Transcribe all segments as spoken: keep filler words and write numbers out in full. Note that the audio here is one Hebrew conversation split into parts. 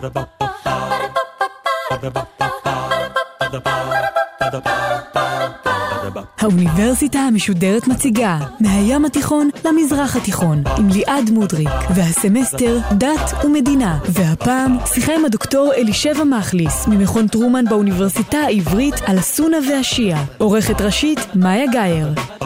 האוניברסיטה המשודרת מציגה מהים התיכון למזרח התיכון עם ליעד מודריק, והסמסטר דת ומדינה, והפעם שיחה עם הדוקטור אלישבע מחליס ממכון טרומן באוניברסיטה העברית על הסונה והשיעה. עורכת ראשית מאיה גייר.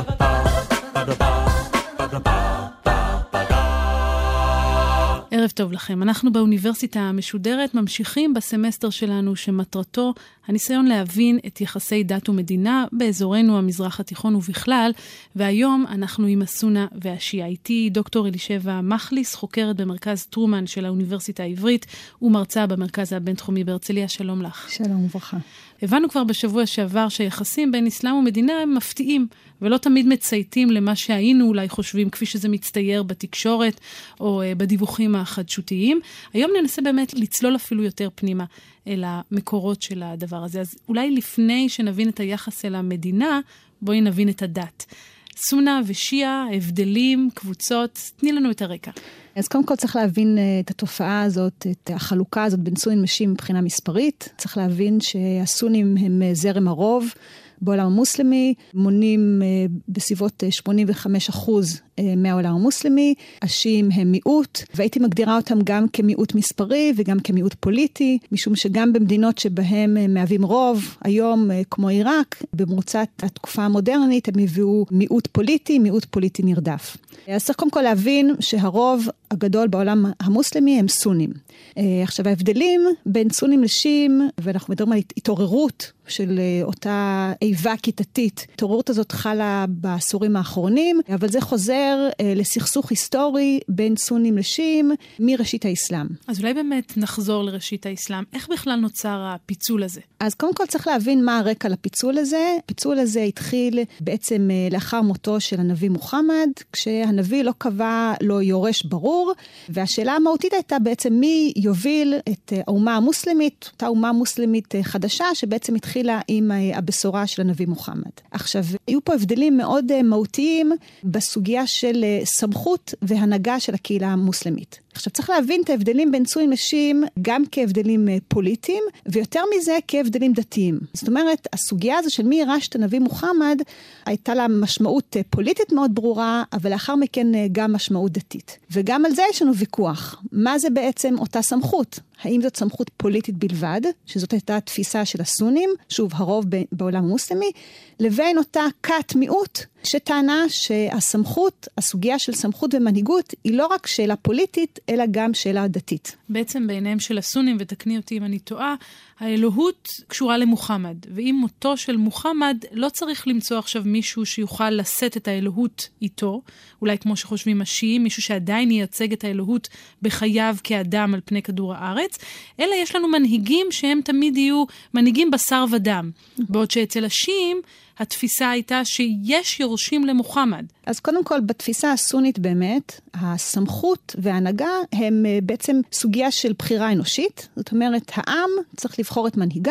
ערב טוב לכם. אנחנו באוניברסיטה המשודרת ממשיכים בסמסטר שלנו שמטרתו הניסיון להבין את יחסי דת ומדינה באזורנו המזרח התיכון ובכלל, והיום אנחנו עם הסונה והשיעה. איתי דוקטור אלישבע מחליס, חוקרת במרכז טרומן של האוניברסיטה העברית ומרצה במרכז הבינתחומי בהרצליה. שלום לך. שלום וברכה. הבנו כבר בשבוע שעבר שהיחסים בין אסלאם ומדינה הם מפתיעים, ולא תמיד מצייתים למה שהיינו אולי חושבים, כפי שזה מצטייר בתקשורת או בדיווחים החדשותיים. היום ננסה באמת לצלול אפילו יותר פנימה אל המקורות של הדבר הזה. אז אולי לפני שנבין את היחס אל המדינה, בואי נבין את הדת. סונה ושיעה, הבדלים, קבוצות, תני לנו את הרקע. אז קודם כל צריך להבין את התופעה הזאת, את החלוקה הזאת בין סונים ושיעים מבחינה מספרית. צריך להבין שהסונים הם זרם הרוב בעולם המוסלמי, מונים בסביבות שמונים וחמישה אחוז מהעולם המוסלמי, השיעים הם מיעוט, והייתי מגדירה אותם גם כמיעוט מספרי וגם כמיעוט פוליטי, משום שגם במדינות שבהם מהווים רוב, היום כמו עיראק, במרוצת התקופה המודרנית, הם הביאו מיעוט פוליטי, מיעוט פוליטי נרדף. אז צריך קודם כל להבין שהרוב הגדול בעולם המוסלמי הם סונים. עכשיו ההבדלים בין סונים לשיעים, ואנחנו מדברים על התעוררות של אותה איבה כיתתית. התעוררות הזאת חלה בעשורים האחרונים, אבל זה חוזר לסכסוך היסטורי בין סונים לשיעים מראשית האסלאם. אז אולי באמת נחזור לראשית האסלאם. איך בכלל נוצר הפיצול הזה? אז קודם כל צריך להבין מה הרקע לפיצול הזה. הפיצול הזה התחיל בעצם לאחר מותו של הנביא מוחמד, כשהנביא לא קבע לו יורש ברור, והשאלה המהותית הייתה בעצם מי יוביל את האומה המוסלמית, אותה אומה מוסלמית חדשה שבעצם התחילה עם הבשורה של הנביא מוחמד. עכשיו, היו פה הבדלים מאוד מהותיים בסוגיה של סמכות והנהגה של הקהילה המוסלמית. עכשיו, צריך להבין את ההבדלים בין סונים לשיעים גם כהבדלים פוליטיים, ויותר מזה כהבדלים דתיים. זאת אומרת, הסוגיה הזו של מי יירש את הנביא מוחמד, הייתה לה משמעות פוליטית מאוד ברורה, אבל לאחר מכן גם משמעות דתית. וגם על זה יש לנו ויכוח. מה זה בעצם אותה סמכות? האם זאת סמכות פוליטית בלבד, שזאת הייתה התפיסה של הסונים, שוב, הרוב בעולם המוסלמי, לבין אותה כת מיעוט, שטענה שהסמכות, הסוגיה של סמכות ומנהיגות, היא לא רק שאלה פוליטית, אלא גם שאלה דתית. בעצם בעיניהם של הסונים, ותקני אותי אם אני טועה, האלוהות קשורה למוחמד, ועם מותו של מוחמד לא צריך למצוא עכשיו מישהו שיוכל לשאת את האלוהות איתו, אולי כמו שחושבים השיעים, מישהו שעדיין ייצג את האלוהות בחייו כאדם על פני כדור הארץ, אלא יש לנו מנהיגים שהם תמיד יהיו מנהיגים בשר ודם, בעוד שאצל השיעים התפיסה הייתה שיש יורשים למוחמד. אז קודם כל, בתפיסה הסונית באמת, הסמכות וההנהגה הם בעצם סוגיה של בחירה אנושית. זאת אומרת, העם צריך לבחור את מנהיגיו,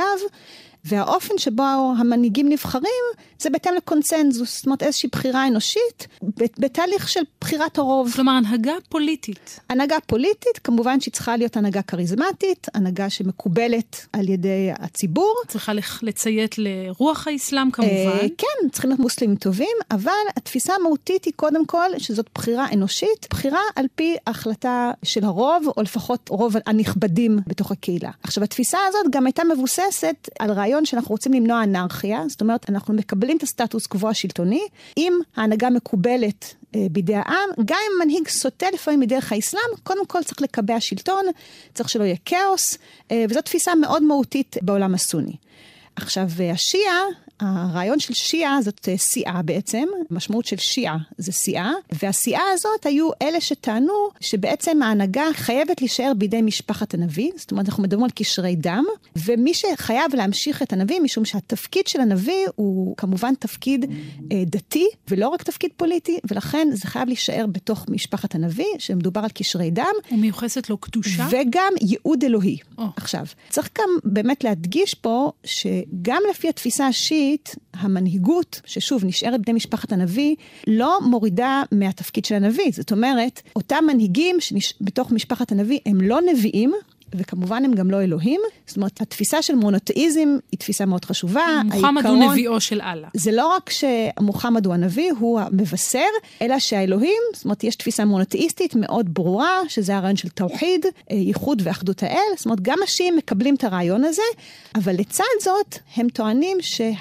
והאופן שבו המנהיגים נבחרים, זה בהתאם לקונסנזוס, זאת אומרת איזושהי בחירה אנושית, בתהליך של בחירת הרוב. כלומר, הנהגה פוליטית. הנהגה פוליטית, כמובן שהיא צריכה להיות הנהגה קריזמטית, הנהגה שמקובלת על ידי הציבור. צריכה לציית לרוח האסלאם כמובן. כן, צריכים להיות מוסלמים טובים, אבל התפיסה המהותית היא קודם כל שזאת בחירה אנושית, בחירה על פי החלטה של הרוב, או לפחות רוב הנכבדים בתוך הקהילה. עכשיו, התפיסה הזאת גם הייתה מבוססת על רעיון שאנחנו רוצים למנוע אנרכיה, זאת אומרת, אנחנו מקבלים את הסטטוס קבוע השלטוני, אם ההנהגה מקובלת אה, בידי העם, גם אם מנהיג סוטה לפעמים מדרך האסלאם, קודם כל צריך לקבע שלטון, צריך שלא יהיה כאוס, אה, וזאת תפיסה מאוד מהותית בעולם הסוני. עכשיו, השיעה, הרעיון של שיעה זאת סיעה בעצם, המשמעות של שיעה זה סיעה, והסיעה הזאת היו אלה שטענו שבעצם ההנהגה חייבת להישאר בידי משפחת הנביא, זאת אומרת אנחנו מדברים על קשרי דם, ומי שחייב להמשיך את הנביא, משום שהתפקיד של הנביא הוא כמובן תפקיד אה, דתי, ולא רק תפקיד פוליטי, ולכן זה חייב להישאר בתוך משפחת הנביא, שמדובר על קשרי דם. ומיוחסת לו קדושה. וגם ייעוד אלוהי. Oh. עכשיו, צריך גם באמת להדגיש פה, שגם לפי התפיסה השיעית, המנהיגות, ששוב נשארת בני משפחת הנביא, לא מורידה מהתפקיד של הנביא. זאת אומרת, אותם מנהיגים שבתוך משפחת הנביא הם לא נביאים, וכמובן הם גם לא אלוהים. זאת אומרת, התפיסה של מונותאיזם היא תפיסה מאוד חשובה. מוחמד הוא נביאו של אללה. זה לא רק שמוחמד הוא הנביא, הוא המבשר, אלא שהאלוהים, זאת אומרת, יש תפיסה מונותאיסטית מאוד ברורה, שזה הרעיון של תאוחיד, ייחוד ואחדות האל. זאת אומרת, גם השיעים מקבלים את הרעיון הזה, אבל לצד זאת, הם טוענים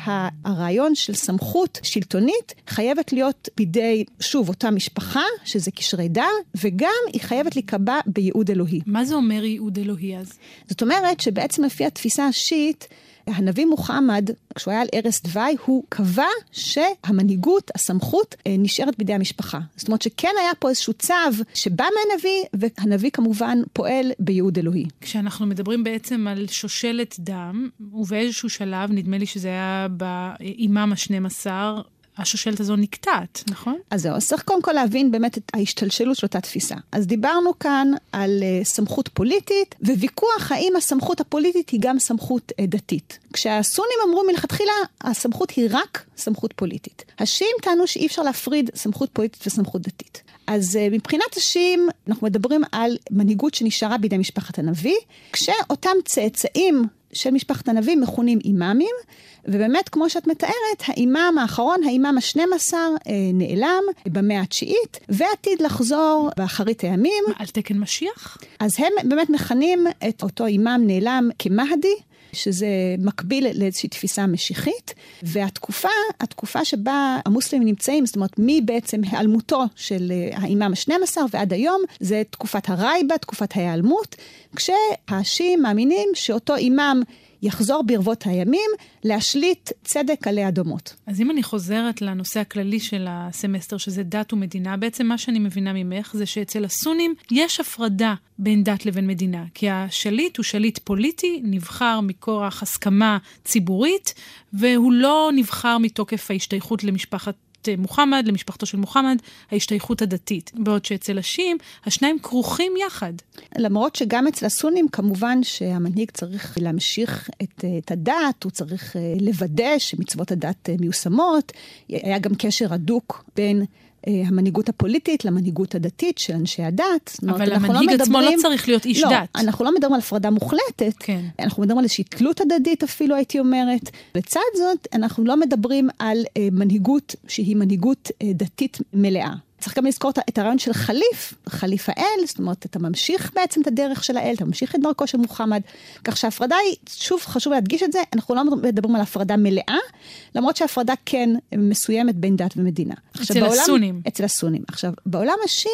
שהרעיון של סמכות שלטונית חייבת להיות בידי, שוב, אותה משפחה, שזה קשרי דם, וגם היא חייבת להיקבע בייעוד אלוהי. מה זה אומר ייעוד אלוהי אז? זאת אומרת שבעצם לפי התפיסה השיעית, הנביא מוחמד, כשהוא היה על ערש דווי, הוא קבע שהמנהיגות, הסמכות, נשארת בידי המשפחה. זאת אומרת שכן היה פה איזשהו צו שבא מהנביא, והנביא כמובן פועל בייעוד אלוהי. כשאנחנו מדברים בעצם על שושלת דם, ובאיזשהו שלב, נדמה לי שזה היה באימם ה-שנים עשר, השושלת הזו נקטעת, נכון? אז זהו, אז צריך קודם כל להבין באמת את ההשתלשלות של אותה תפיסה. אז דיברנו כאן על uh, סמכות פוליטית, וויכוח האם הסמכות הפוליטית היא גם סמכות uh, דתית. כשהסונים אמרו מלכתחילה, הסמכות היא רק סמכות פוליטית. השיעים טענו שאי אפשר להפריד סמכות פוליטית וסמכות דתית. אז uh, מבחינת השיעים, אנחנו מדברים על מנהיגות שנשארה בידי משפחת הנביא, כשאותם צאצאים של משפחת הנביא מכונים אימאמים, ובאמת, כמו שאת מתארת, האימאם האחרון, האימאם ה-שנים עשר, נעלם במאה התשיעית, ועתיד לחזור באחרית הימים. על תקן משיח? אז הם באמת מכנים את אותו אימאם נעלם כמהדי, שזה מקביל לאיזושהי תפיסה משיחית, והתקופה, התקופה שבה המוסלמים נמצאים, זאת אומרת, מי בעצם העלמותו של האימאם ה-שנים עשר ועד היום, זה תקופת הרייבה, תקופת ההיעלמות, כשהשיעים מאמינים שאותו אימאם יחזור ברבות הימים להשליט צדק עלי אדומות. אז אם אני חוזרת לנושא הכללי של הסמסטר, שזה דת ומדינה, בעצם מה שאני מבינה ממך זה שאצל הסונים יש הפרדה בין דת לבין מדינה, כי השליט הוא שליט פוליטי, נבחר מכורח הסכמה ציבורית, והוא לא נבחר מתוקף ההשתייכות למשפחת מוחמד, למשפחתו של מוחמד, ההשתייכות הדתית. בעוד שאצל השיעים, השניים כרוכים יחד. למרות שגם אצל הסונים, כמובן שהמנהיג צריך להמשיך את, את הדת, הוא צריך לוודא שמצוות הדת מיושמות. היה גם קשר הדוק בין המנהיגות הפוליטית למנהיגות הדתית של אנשי הדת. אבל המנהיג לא עצמו מדברים, לא צריך להיות איש לא, דת. אנחנו לא מדברים על הפרדה מוחלטת. כן. אנחנו מדברים על איזושהי תלות הדדית אפילו, הייתי אומרת. לצד זאת, אנחנו לא מדברים על אה, מנהיגות שהיא מנהיגות אה, דתית מלאה. צריך גם לזכור את הרעיון של חליף, חליף האל, זאת אומרת, אתה ממשיך בעצם את הדרך של האל, אתה ממשיך את דרכו של מוחמד, כך שההפרדה היא, שוב חשוב להדגיש את זה, אנחנו לא מדברים על הפרדה מלאה, למרות שההפרדה כן מסוימת בין דת ומדינה. אצל בעולם, הסונים. אצל הסונים. עכשיו, בעולם השיעי,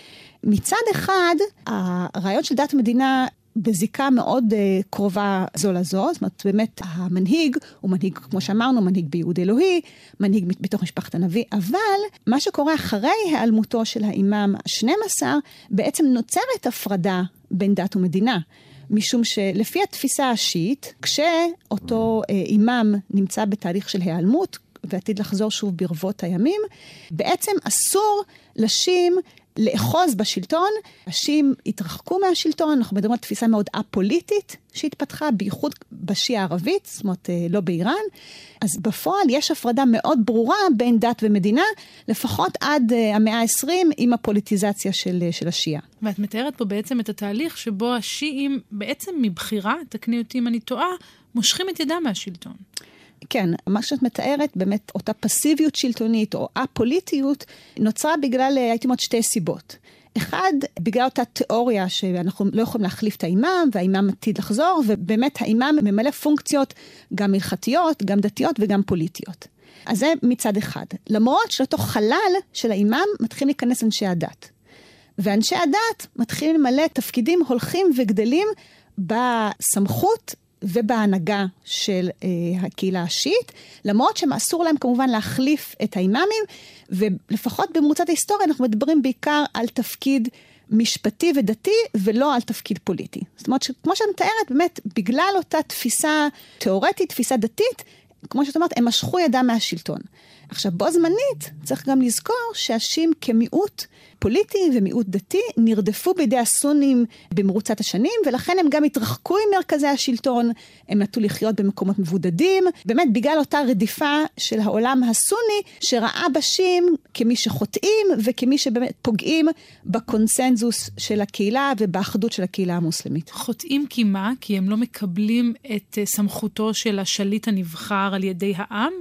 מצד אחד, הרעיון של דת ומדינה בזיקה מאוד uh, קרובה זו לזו, זאת אומרת, באמת המנהיג הוא מנהיג, כמו שאמרנו, מנהיג בייעוד אלוהי, מנהיג בתוך משפחת הנביא, אבל מה שקורה אחרי העלמותו של האימאם ה-שנים עשר, בעצם נוצרת הפרדה בין דת ומדינה, משום שלפי התפיסה השיעית, כשאותו uh, אימאם נמצא בתהליך של העלמות, ועתיד לחזור שוב ברבות הימים, בעצם אסור לשים לאחוז בשלטון, השיעים התרחקו מהשלטון, אנחנו מדברים על תפיסה מאוד א-פוליטית שהתפתחה, בייחוד בשיעה הערבית, זאת אומרת לא באיראן, אז בפועל יש הפרדה מאוד ברורה בין דת ומדינה, לפחות עד המאה ה-עשרים עם הפוליטיזציה של, של השיעה. ואת מתארת פה בעצם את התהליך שבו השיעים בעצם מבחירה, תקני אותי אם אני טועה, מושכים את ידם מהשלטון. כן, מה שאת מתארת, באמת אותה פסיביות שלטונית או א-פוליטיות, נוצרה בגלל, הייתי אומרת, שתי סיבות. אחד, בגלל אותה תיאוריה שאנחנו לא יכולים להחליף את האימאם, והאימאם עתיד לחזור, ובאמת האימאם ממלא פונקציות גם הלכתיות, גם דתיות וגם פוליטיות. אז זה מצד אחד. למרות שלתוך חלל של האימאם מתחילים להיכנס אנשי הדת. ואנשי הדת מתחילים למלא תפקידים הולכים וגדלים בסמכות ובהנהגה של אה, הקהילה השיעית, למרות שאסור להם כמובן להחליף את האימאמים, ולפחות במרוצת ההיסטוריה אנחנו מדברים בעיקר על תפקיד משפטי ודתי, ולא על תפקיד פוליטי. זאת אומרת, כמו שאת מתארת, באמת, בגלל אותה תפיסה תיאורטית, תפיסה דתית, כמו שאת אומרת, הם משכו ידם מהשלטון. עכשיו, בו זמנית, צריך גם לזכור שהשיעים כמיעוט פוליטי ומיעוט דתי נרדפו בידי הסונים במרוצת השנים, ולכן הם גם התרחקו עם מרכזי השלטון, הם נטו לחיות במקומות מבודדים, באמת בגלל אותה רדיפה של העולם הסוני, שראה בשיעים כמי שחוטאים, וכמי שבאמת פוגעים בקונסנזוס של הקהילה, ובאחדות של הקהילה המוסלמית. חוטאים כי מה? כי הם לא מקבלים את סמכותו של השליט הנבחר על ידי העם,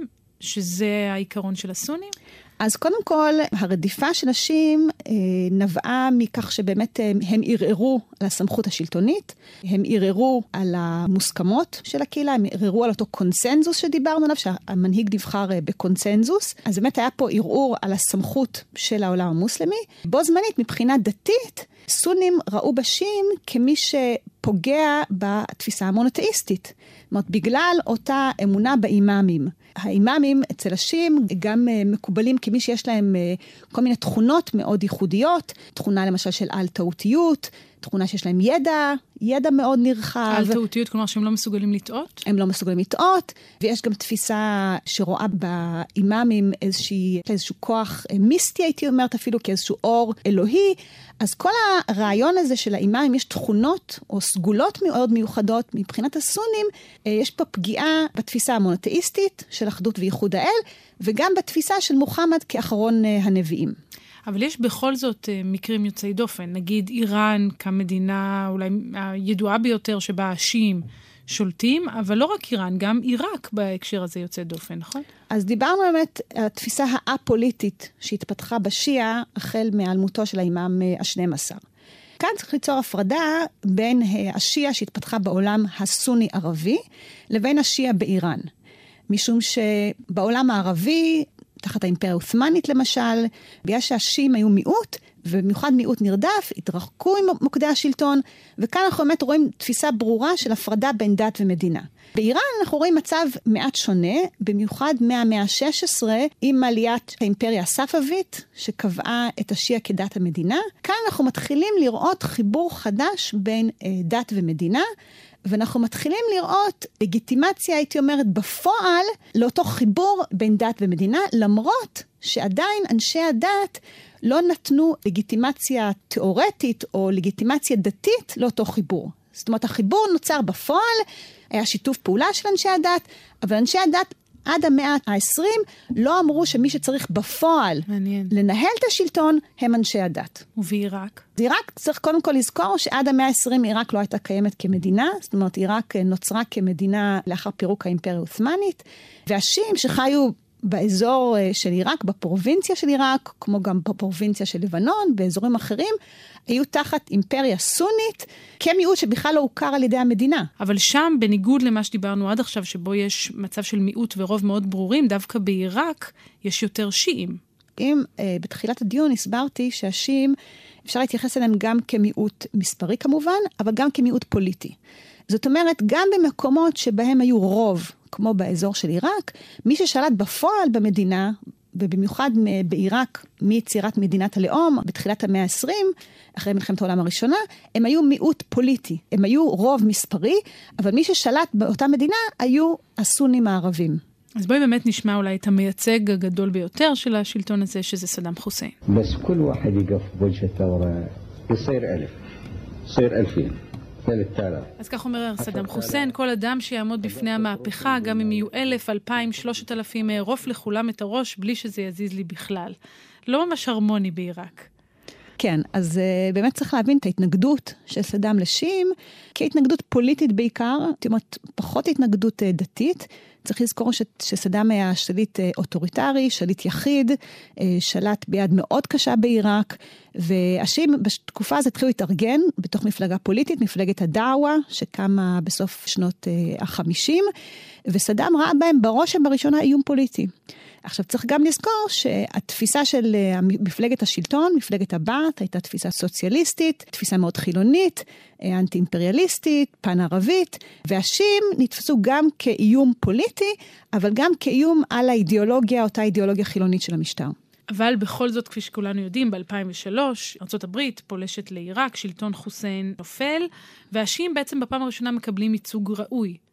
שזה העיקרון של הסונים? אז קודם כל, הרדיפה של השיעים אה, נבעה מכך שבאמת אה, הם ערערו על הסמכות השלטונית, הם ערערו על המוסכמות של הקהילה, הם ערערו על אותו קונסנזוס שדיברנו עליו, שהמנהיג נבחר אה, בקונסנזוס. אז באמת היה פה ערעור על הסמכות של העולם המוסלמי. בו זמנית, מבחינה דתית, סונים ראו בשיעים כמי שפוגע בתפיסה המונותאיסטית. זאת אומרת, בגלל אותה אמונה באימאמים. האימאמים אצל השיעים גם מקובלים כמי שיש להם כל מיני תכונות מאוד ייחודיות, תכונה למשל של על טעותיות, תכונה שיש להם ידע, ידע מאוד נרחב. על טעותיות, כלומר שהם לא מסוגלים לטעות? הם לא מסוגלים לטעות, ויש גם תפיסה שרואה באימאמים איזושהי, איזשהו כוח מיסטי, הייתי אומרת אפילו כאיזשהו אור אלוהי. אז כל הרעיון הזה של האימאמים, יש תכונות או סגולות מאוד מיוחדות מבחינת הסונים, יש פה פגיעה בתפיסה המונותאיסטית של אחדות וייחוד האל, וגם בתפיסה של מוחמד כאחרון הנביאים. אבל יש בכל זאת מקרים יוצאי דופן. נגיד איראן כמדינה אולי הידועה ביותר שבה השיעים שולטים, אבל לא רק איראן, גם עיראק בהקשר הזה יוצא דופן, נכון? אז דיברנו באמת על התפיסה האפוליטית שהתפתחה בשיעה החל מהיעלמותו של האימאם ה-שנים עשר. כאן צריך ליצור הפרדה בין השיעה שהתפתחה בעולם הסוני-ערבי לבין השיעה באיראן. משום שבעולם הערבי, תחת האימפריה העות'מאנית למשל, בגלל שהשיעים היו מיעוט, ובמיוחד מיעוט נרדף, התרחקו עם מוקדי השלטון, וכאן אנחנו באמת רואים תפיסה ברורה של הפרדה בין דת ומדינה. באיראן אנחנו רואים מצב מעט שונה, במיוחד מהמאה ה-שש עשרה, עם עליית האימפריה הספאבית, שקבעה את השיעה כדת המדינה. כאן אנחנו מתחילים לראות חיבור חדש בין אה, דת ומדינה, ואנחנו מתחילים לראות לגיטימציה, הייתי אומרת, בפועל, לאותו חיבור בין דת ומדינה, למרות שעדיין אנשי הדת לא נתנו לגיטימציה תיאורטית או לגיטימציה דתית לאותו חיבור. זאת אומרת, החיבור נוצר בפועל, היה שיתוף פעולה של אנשי הדת, אבל אנשי הדת עד המאה ה-עשרים לא אמרו שמי שצריך בפועל מעניין. לנהל את השלטון הם אנשי הדת. ובעיראק? בעיראק צריך קודם כל לזכור שעד המאה ה-עשרים עיראק לא הייתה קיימת כמדינה, זאת אומרת עיראק נוצרה כמדינה לאחר פירוק האימפריה העות'מאנית, והשיעים שחיו באזור של עיראק, בפרובינציה של עיראק, כמו גם בפרובינציה של לבנון, באזורים אחרים, היו תחת אימפריה סונית, כמיעוט שבכלל לא הוכר על ידי המדינה. אבל שם, בניגוד למה שדיברנו עד עכשיו, שבו יש מצב של מיעוט ורוב מאוד ברורים, דווקא בעיראק יש יותר שיעים. אם אה, בתחילת הדיון הסברתי שהשיעים, אפשר להתייחס אליהם גם כמיעוט מספרי כמובן, אבל גם כמיעוט פוליטי. זאת אומרת, גם במקומות שבהם היו רוב, כמו באזור של עיראק, מי ששלט בפועל במדינה, ובמיוחד בעיראק, מיצירת מדינת הלאום, בתחילת המאה ה-עשרים, אחרי מלחמת העולם הראשונה, הם היו מיעוט פוליטי. הם היו רוב מספרי, אבל מי ששלט באותה מדינה היו הסונים הערבים. אז בואי באמת נשמע אולי את המייצג הגדול ביותר של השלטון הזה, שזה סדאם חוסיין. בס כל אחד יגף בוג'ה תאורה, יסיר אלף, יסיר אלפים. אז כך אומר סדאם חוסיין, כל אדם שיעמוד בפני המהפכה, גם אם יהיו אלף, אלפיים, שלושת אלפים, אערוף לכולם את הראש, בלי שזה יזיז לי בכלל. לא ממש הרמוני בעיראק. כן, אז uh, באמת צריך להבין את ההתנגדות של סדאם לשיעים, כהתנגדות פוליטית בעיקר, זאת אומרת, פחות התנגדות uh, דתית. צריך לזכור ש- שסדאם היה שליט uh, אוטוריטרי, שליט יחיד, uh, שלט ביד מאוד קשה בעיראק, והשיעים בתקופה הזאת התחילו להתארגן בתוך מפלגה פוליטית, מפלגת הדעווה, שקמה בסוף שנות uh, החמישים, וסדאם ראה בהם בראש ובראשונה איום פוליטי. עכשיו צריך גם לזכור שהתפיסה של מפלגת השלטון, מפלגת הבעת', הייתה תפיסה סוציאליסטית, תפיסה מאוד חילונית, אנטי-אימפריאליסטית, פן-ערבית, והשיעים נתפסו גם כאיום פוליטי, אבל גם כאיום על האידיאולוגיה, אותה אידיאולוגיה חילונית של המשטר. אבל בכל זאת, כפי שכולנו יודעים, ב-אלפיים ושלוש, ארצות הברית פולשת לעיראק, שלטון חוסיין נופל, והשיעים בעצם בפעם הראשונה מקבלים ייצוג ראוי.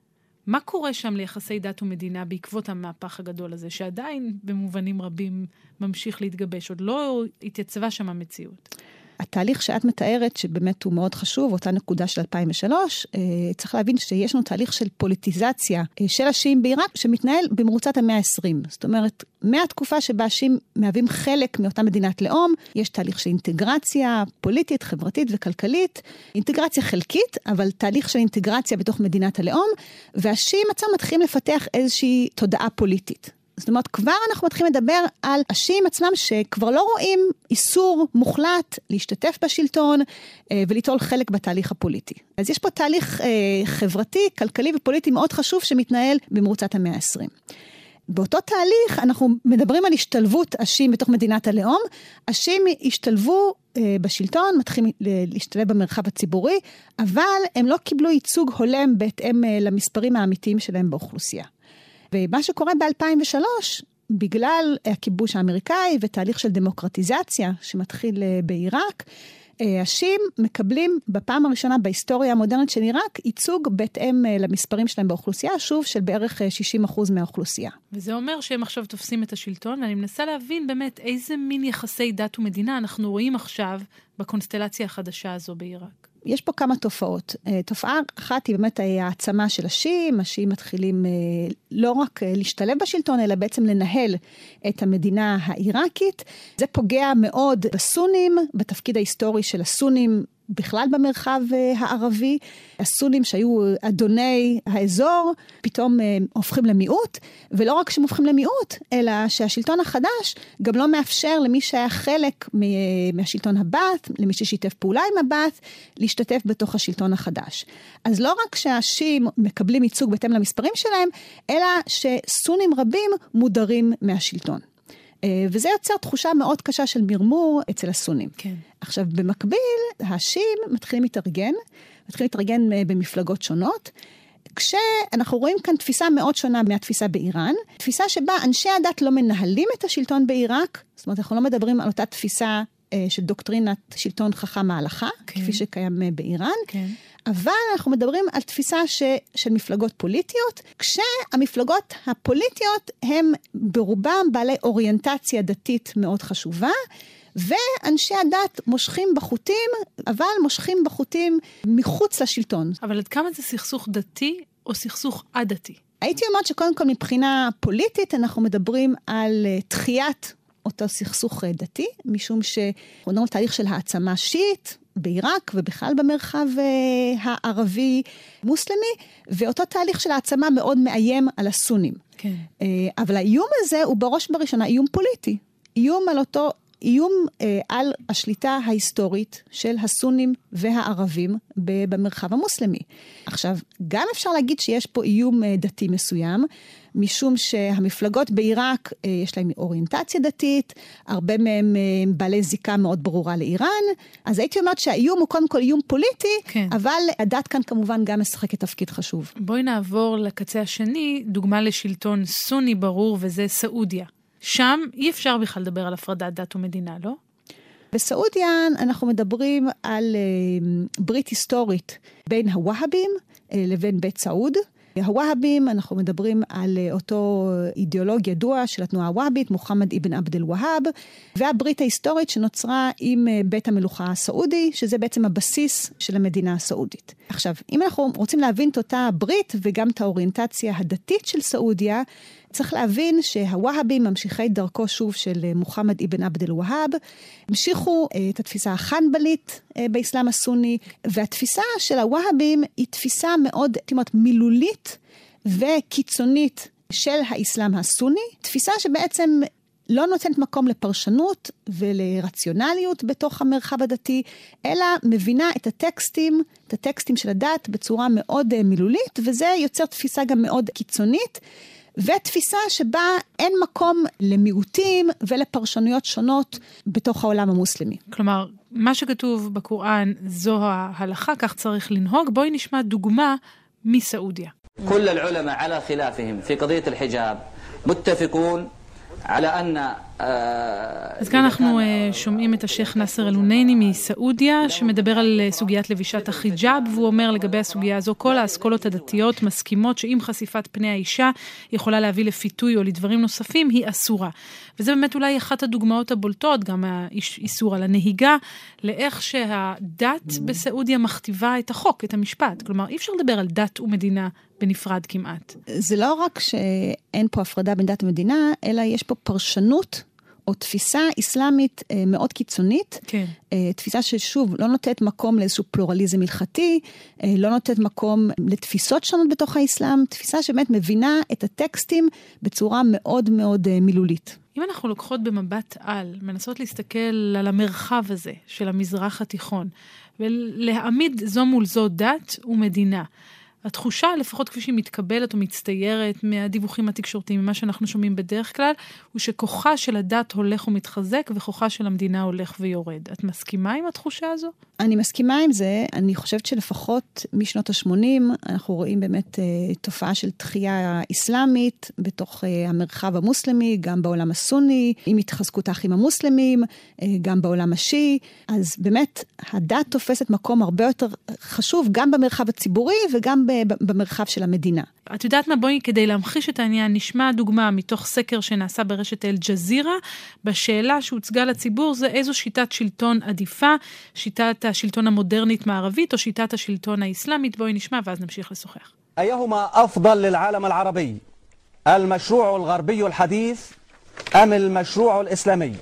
מה קורה שם ליחסי דת ומדינה בעקבות המהפך הגדול הזה, שעדיין במובנים רבים ממשיך להתגבש, עוד לא התייצבה שם המציאות? התהליך שאת מתארת, שבאמת הוא מאוד חשוב, אותה נקודה של אלפיים ושלוש, צריך להבין שיש לנו תהליך של פוליטיזציה של השיעים בעיראק, שמתנהל במרוצת המאה ה-עשרים. זאת אומרת, מהתקופה שבה השיעים מהווים חלק מאותה מדינת לאום, יש תהליך של אינטגרציה פוליטית, חברתית וכלכלית, אינטגרציה חלקית, אבל תהליך של אינטגרציה בתוך מדינת הלאום, והשיעים עצמם מתחילים לפתח איזושהי תודעה פוליטית. זאת אומרת, כבר אנחנו מתחילים לדבר על השיעים עצמם שכבר לא רואים איסור מוחלט להשתתף בשלטון אה, וליטול חלק בתהליך הפוליטי. אז יש פה תהליך אה, חברתי, כלכלי ופוליטי מאוד חשוב שמתנהל במרוצת המאה ה-עשרים. באותו תהליך אנחנו מדברים על השתלבות השיעים בתוך מדינת הלאום. השיעים השתלבו אה, בשלטון, מתחילים להשתלב במרחב הציבורי, אבל הם לא קיבלו ייצוג הולם בהתאם אה, למספרים האמיתיים שלהם באוכלוסייה. ומה שקורה ב-אלפיים ושלוש, בגלל הכיבוש האמריקאי ותהליך של דמוקרטיזציה שמתחיל בעיראק, השיעים מקבלים בפעם הראשונה בהיסטוריה המודרנית של עיראק ייצוג בהתאם למספרים שלהם באוכלוסייה, שוב של בערך שישים אחוז מהאוכלוסייה. וזה אומר שהם עכשיו תופסים את השלטון, ואני מנסה להבין באמת איזה מין יחסי דת ומדינה אנחנו רואים עכשיו בקונסטלציה החדשה הזו בעיראק. יש פה כמה תופעות. תופעה אחת היא באמת העצמה של השיעים, השיעים מתחילים לא רק להשתלב בשלטון, אלא בעצם לנהל את המדינה העיראקית. זה פוגע מאוד בסונים, בתפקיד ההיסטורי של הסונים, בכלל במרחב הערבי. הסונים שהיו אדוני האזור, פתאום הופכים למיעוט, ולא רק שהם הופכים למיעוט, אלא שהשלטון החדש גם לא מאפשר למי שהיה חלק מהשלטון הבאת, למי ששיתף פעולה עם הבאת, להשתתף בתוך השלטון החדש. אז לא רק שהשיעים מקבלים ייצוג בהתאם למספרים שלהם, אלא שסונים רבים מודרים מהשלטון. וזה יוצר תחושה מאוד קשה של מרמור אצל הסונים. כן. עכשיו, במקביל, השיעים מתחילים להתארגן, מתחילים להתארגן במפלגות שונות, כשאנחנו רואים כאן תפיסה מאוד שונה מהתפיסה באיראן, תפיסה שבה אנשי הדת לא מנהלים את השלטון בעיראק, זאת אומרת, אנחנו לא מדברים על אותה תפיסה של דוקטרינת שלטון חכם ההלכה, כן. כפי שקיים באיראן, כן. אבל אנחנו מדברים על תפיסה ש, של מפלגות פוליטיות, כשהמפלגות הפוליטיות הם ברובם בעלי אוריינטציה דתית מאוד חשובה, ואנשי הדת מושכים בחוטים, אבל מושכים בחוטים מחוץ לשלטון. אבל עד כמה זה סכסוך דתי או סכסוך עדתי? הייתי אומרת שקודם כל מבחינה פוליטית אנחנו מדברים על דחיית אותו סכסוך דתי, משום שאנחנו מדברים על תהליך של העצמה שיעית, בעיראק ובכלל במרחב הערבי מוסלמי, ואותו תהליך של העצמה מאוד מאיים על הסונים. כן. אבל האיום הזה הוא בראש בראשונה איום פוליטי. איום על אותו, איום על השליטה ההיסטורית של הסונים והערבים במרחב המוסלמי. עכשיו, גם אפשר להגיד שיש פה איום דתי מסוים, משום שהמפלגות בעיראק יש להם אוריינטציה דתית, הרבה מהם בעלי זיקה מאוד ברורה לאיראן, אז הייתי אומרת שהאיום הוא קודם כל איום פוליטי, כן. אבל הדת כאן כמובן גם משחקת תפקיד חשוב. בואי נעבור לקצה השני, דוגמה לשלטון סוני ברור, וזה סעודיה. שם אי אפשר בכלל לדבר על הפרדת דת ומדינה, לא? בסעודיה אנחנו מדברים על ברית היסטורית בין הווהבים לבין בית סעוד. הווהבים, אנחנו מדברים על אותו אידיאולוג ידוע של התנועה הווהבית, מוחמד אבן עבד אל-והאב, והברית ההיסטורית שנוצרה עם בית המלוכה הסעודי, שזה בעצם הבסיס של המדינה הסעודית. עכשיו, אם אנחנו רוצים להבין את אותה ברית וגם את האוריינטציה הדתית של סעודיה, צריך להבין שהווהבים, ממשיכי דרכו שוב של מוחמד אבן עבד אל-והאב, המשיכו את התפיסה החנבלית באסלאם הסוני, והתפיסה של הווהבים היא תפיסה מאוד תימות, מילולית וקיצונית של האסלאם הסוני, תפיסה שבעצם לא נותנת מקום לפרשנות ולרציונליות בתוך המרחב הדתי, אלא מבינה את הטקסטים, את הטקסטים של הדת בצורה מאוד מילולית, וזה יוצר תפיסה גם מאוד קיצונית, ותפיסה שבה אין מקום למיעוטים ולפרשנויות שונות בתוך העולם המוסלמי. כלומר, מה שכתוב בקוראן זו ההלכה, כך צריך לנהוג. בואי נשמע דוגמה מסעודיה. كل العلماء على خلافهم في قضية الحجاب متفقون على أن אז כאן אנחנו שומעים את השייך נאסר אל-הונייני מסעודיה, שמדבר על סוגיית לבישת החיג'אב, והוא אומר לגבי הסוגיה הזו, כל האסכולות הדתיות מסכימות שאם חשיפת פני האישה יכולה להביא לפיתוי או לדברים נוספים, היא אסורה. וזה באמת אולי אחת הדוגמאות הבולטות, גם האיסור על הנהיגה, לאיך שהדת בסעודיה מכתיבה את החוק, את המשפט. כלומר, אי אפשר לדבר על דת ומדינה בנפרד כמעט. זה לא רק שאין פה הפרדה בין דת ומדינה, אלא יש פה פרשנות או תפיסה אסלאמית מאוד קיצונית, כן. תפיסה ששוב לא נותנת מקום לאיזשהו פלורליזם הלכתי, לא נותנת מקום לתפיסות שונות בתוך האסלאם, תפיסה שבאמת מבינה את הטקסטים בצורה מאוד מאוד מילולית. אם אנחנו לוקחות במבט על, מנסות להסתכל על המרחב הזה של המזרח התיכון, ולהעמיד זו מול זו דת ומדינה, התחושה, לפחות כפי שהיא מתקבלת או מצטיירת מהדיווחים התקשורתיים, ממה שאנחנו שומעים בדרך כלל, הוא שכוחה של הדת הולך ומתחזק, וכוחה של המדינה הולך ויורד. את מסכימה עם התחושה הזו? אני מסכימה עם זה. אני חושבת שלפחות משנות ה-שמונים, אנחנו רואים באמת אה, תופעה של תחייה אסלאמית, בתוך אה, המרחב המוסלמי, גם בעולם הסוני, עם התחזקות האחים המוסלמים, אה, גם בעולם השיעי. אז באמת, הדת תופסת מקום הרבה יותר חשוב, גם במרחב הציבורי, וגם במרחב של המדינה. את יודעת מה, בואי, כדי להמחיש את העניין, נשמע דוגמה מתוך סקר שנעשה ברשת אל-ג'זירה, בשאלה שהוצגה לציבור, זה איזו שיטת שלטון עדיפה, שיטת השלטון המודרנית מערבית, או שיטת השלטון האסלאמית. בואי נשמע, ואז נמשיך לשוחח. אייהומה אפדל ללעלם العربي المشروع الغربي الحديث أم المشروع الإسلامي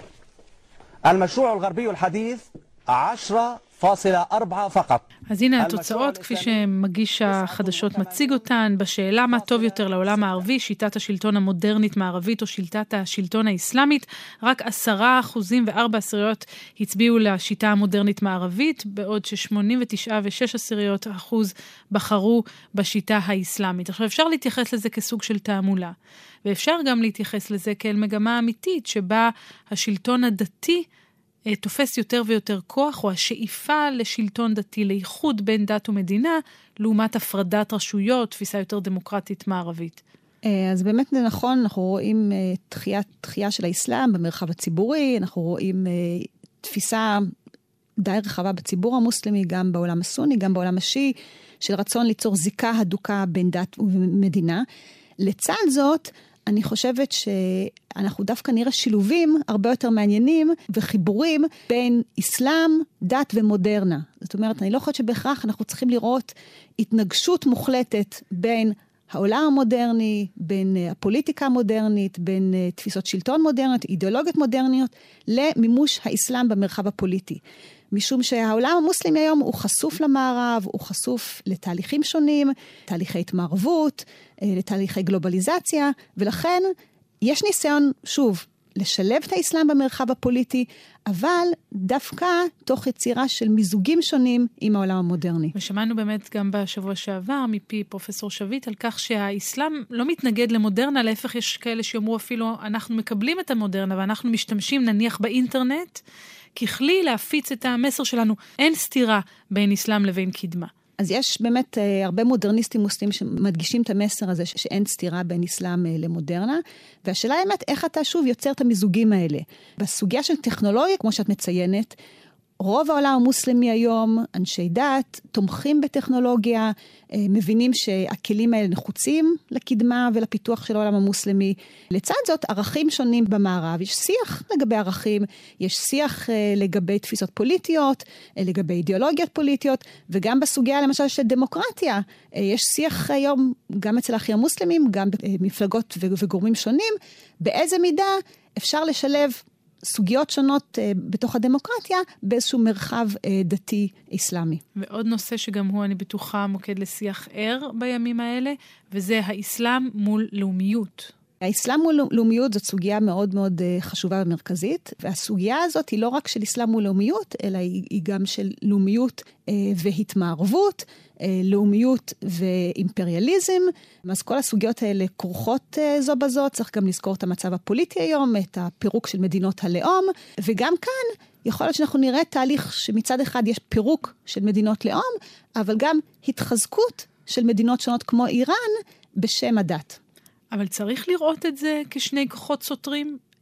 المشروع الغربي الحديث عشرة فاصلة أربعة فقط. אז הנה התוצאות, כפי שמגיש החדשות מציג אותן, בשאלה מה טוב יותר לעולם הערבי, שיטת השלטון המודרנית מערבית או שיטת השלטון האסלאמית, רק עשרה אחוזים וארבע עשיריות הצביעו לשיטה המודרנית מערבית, בעוד ש-שמונים ותשע ושש עשיריות אחוז בחרו בשיטה האסלאמית. עכשיו אפשר להתייחס לזה כסוג של תעמולה, ואפשר גם להתייחס לזה כאל מגמה אמיתית, שבה השלטון הדתי תופס יותר ויותר כוח, או השאיפה לשלטון דתי, לאיחוד בין דת ומדינה, לעומת הפרדת רשויות, תפיסה יותר דמוקרטית מערבית. אז באמת זה נכון, אנחנו רואים תחייה, תחייה של האסלאם במרחב הציבורי, אנחנו רואים תפיסה די רחבה בציבור המוסלמי, גם בעולם הסוני, גם בעולם השיעי, של רצון ליצור זיקה הדוקה בין דת ומדינה. לצד זאת, אני חושבת שאנחנו דווקא נראה שילובים הרבה יותר מעניינים וחיבורים בין אסלאם, דת ומודרנה. זאת אומרת, אני לא חושבת שבהכרח אנחנו צריכים לראות התנגשות מוחלטת בין העולם המודרני, בין הפוליטיקה המודרנית, בין תפיסות שלטון מודרניות, אידיאולוגיות מודרניות, למימוש האסלאם במרחב הפוליטי. משום שהעולם המוסלמי היום הוא חשוף למערב, הוא חשוף לתהליכים שונים, תהליכי התמערבות, לתהליכי גלובליזציה, ולכן יש ניסיון, שוב, לשלב את האסלאם במרחב הפוליטי, אבל דווקא תוך יצירה של מיזוגים שונים עם העולם המודרני. ושמענו באמת גם בשבוע שעבר מפי פרופסור שביט על כך שהאסלאם לא מתנגד למודרנה, להפך יש כאלה שאומרו אפילו אנחנו מקבלים את המודרנה ואנחנו משתמשים נניח באינטרנט, ככלי להפיץ את המסר שלנו. אין סתירה בין אסלאם לבין קדמה. אז יש באמת אה, הרבה מודרניסטים מוסלמים שמדגישים את המסר הזה ש- שאין סתירה בין אסלאם אה, למודרנה, והשאלה באמת איך אתה שוב יוצר את המיזוגים האלה. בסוגיה של טכנולוגיה, כמו שאת מציינת, רוב העולם המוסלמי היום, אנשי דת, תומכים בטכנולוגיה, מבינים שהכלים האלה נחוצים לקדמה ולפיתוח של העולם המוסלמי. לצד זאת, ערכים שונים במערב. יש שיח לגבי ערכים, יש שיח לגבי תפיסות פוליטיות, לגבי אידיאולוגיות פוליטיות, וגם בסוגיה למשל של דמוקרטיה. יש שיח היום גם אצל האחים המוסלמים, גם במפלגות וגורמים שונים, באיזה מידה אפשר לשלב סוגיות שונות uh, בתוך הדמוקרטיה, באיזשהו מרחב uh, דתי אסלאמי. ועוד נושא שגם הוא, אני בטוחה, מוקד לשיח ער בימים האלה, וזה האסלאם מול לאומיות. האסלאם מול לאומיות זאת סוגיה מאוד מאוד uh, חשובה ומרכזית, והסוגיה הזאת היא לא רק של אסלאם מול לאומיות, אלא היא, היא גם של לאומיות uh, והתמערבות, uh, לאומיות ואימפריאליזם. אז כל הסוגיות האלה כרוכות uh, זו בזו, צריך גם לזכור את המצב הפוליטי היום, את הפירוק של מדינות הלאום, וגם כאן יכול להיות שאנחנו נראה תהליך שמצד אחד יש פירוק של מדינות לאום, אבל גם התחזקות של מדינות שונות כמו איראן בשם הדת. אבל צריך לראות את זה כשני כוחות סותרים.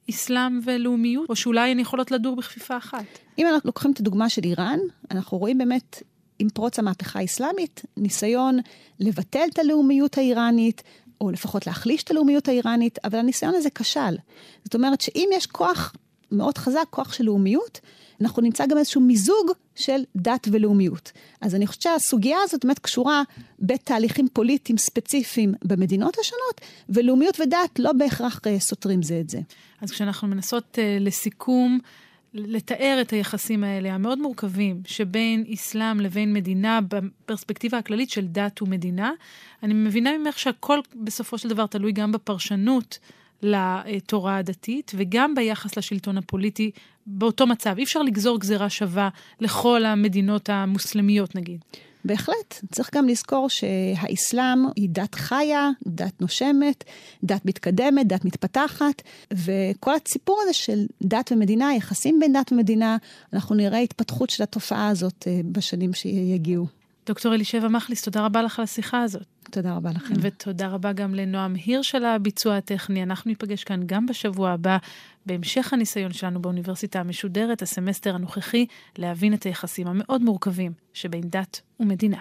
אסלאם ולאומיות, או שאולי הן יכולות לדור בכפיפה אחת? אם אנחנו לוקחים את הדוגמה של איראן, אנחנו רואים באמת עם פרוץ המהפכה האסלאמית, ניסיון לבטל את הלאומיות האיראנית, או לפחות להחליש את הלאומיות האיראנית, אבל הניסיון הזה כשל. זאת אומרת שאם יש כוח מאוד חזק, כוח של לאומיות, אנחנו נמצא גם איזשהו מיזוג של דת ולאומיות. אז אני חושבת שהסוגיה הזאת באמת קשורה בתהליכים פוליטיים ספציפיים במדינות השונות, ולאומיות ודת לא בהכרח סותרים זה את זה. אז כשאנחנו מנסות uh, לסיכום, לתאר את היחסים האלה המאוד מורכבים שבין אסלאם לבין מדינה בפרספקטיבה הכללית של דת ומדינה, אני מבינה ממך שהכל בסופו של דבר תלוי גם בפרשנות לתורה הדתית וגם ביחס לשלטון הפוליטי באותו מצב. אי אפשר לגזור גזירה שווה לכל המדינות המוסלמיות נגיד. בהחלט. צריך גם לזכור שהאסלאם היא דת חיה, דת נושמת, דת מתקדמת, דת מתפתחת, וכל הציפור הזה של דת ומדינה, יחסים בין דת ומדינה, אנחנו נראה התפתחות של התופעה הזאת בשנים שיגיעו. דוקטור אלישבע מחליס, תודה רבה לך על השיחה הזאת. תודה רבה לכם. ותודה רבה גם לנועם הירש של הביצוע הטכני. אנחנו ניפגש כאן גם בשבוע הבא, בהמשך הניסיון שלנו באוניברסיטה המשודרת, הסמסטר הנוכחי, להבין את היחסים המאוד מורכבים שבין דת ומדינה.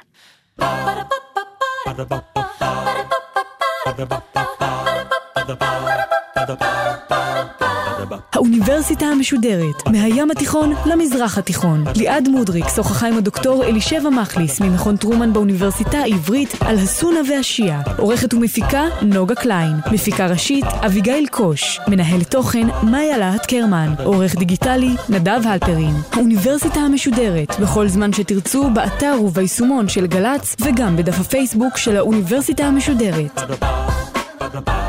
האוניברסיטה המשודרת, מהים התיכון למזרח התיכון. ליעד מודריק שוחחה עם הדוקטור אלישבע מחליס ממכון טרומן באוניברסיטה העברית על הסונה והשיעה. עורכת ומפיקה נוגה קליין, מפיקה ראשית אביגיל קוש, מנהל תוכן מאיה להט קרמן, עורך דיגיטלי נדב הלפרין. האוניברסיטה המשודרת, בכל זמן שתרצו, באתר וביישומון של גלץ וגם בדף הפייסבוק של האוניברסיטה המשודרת.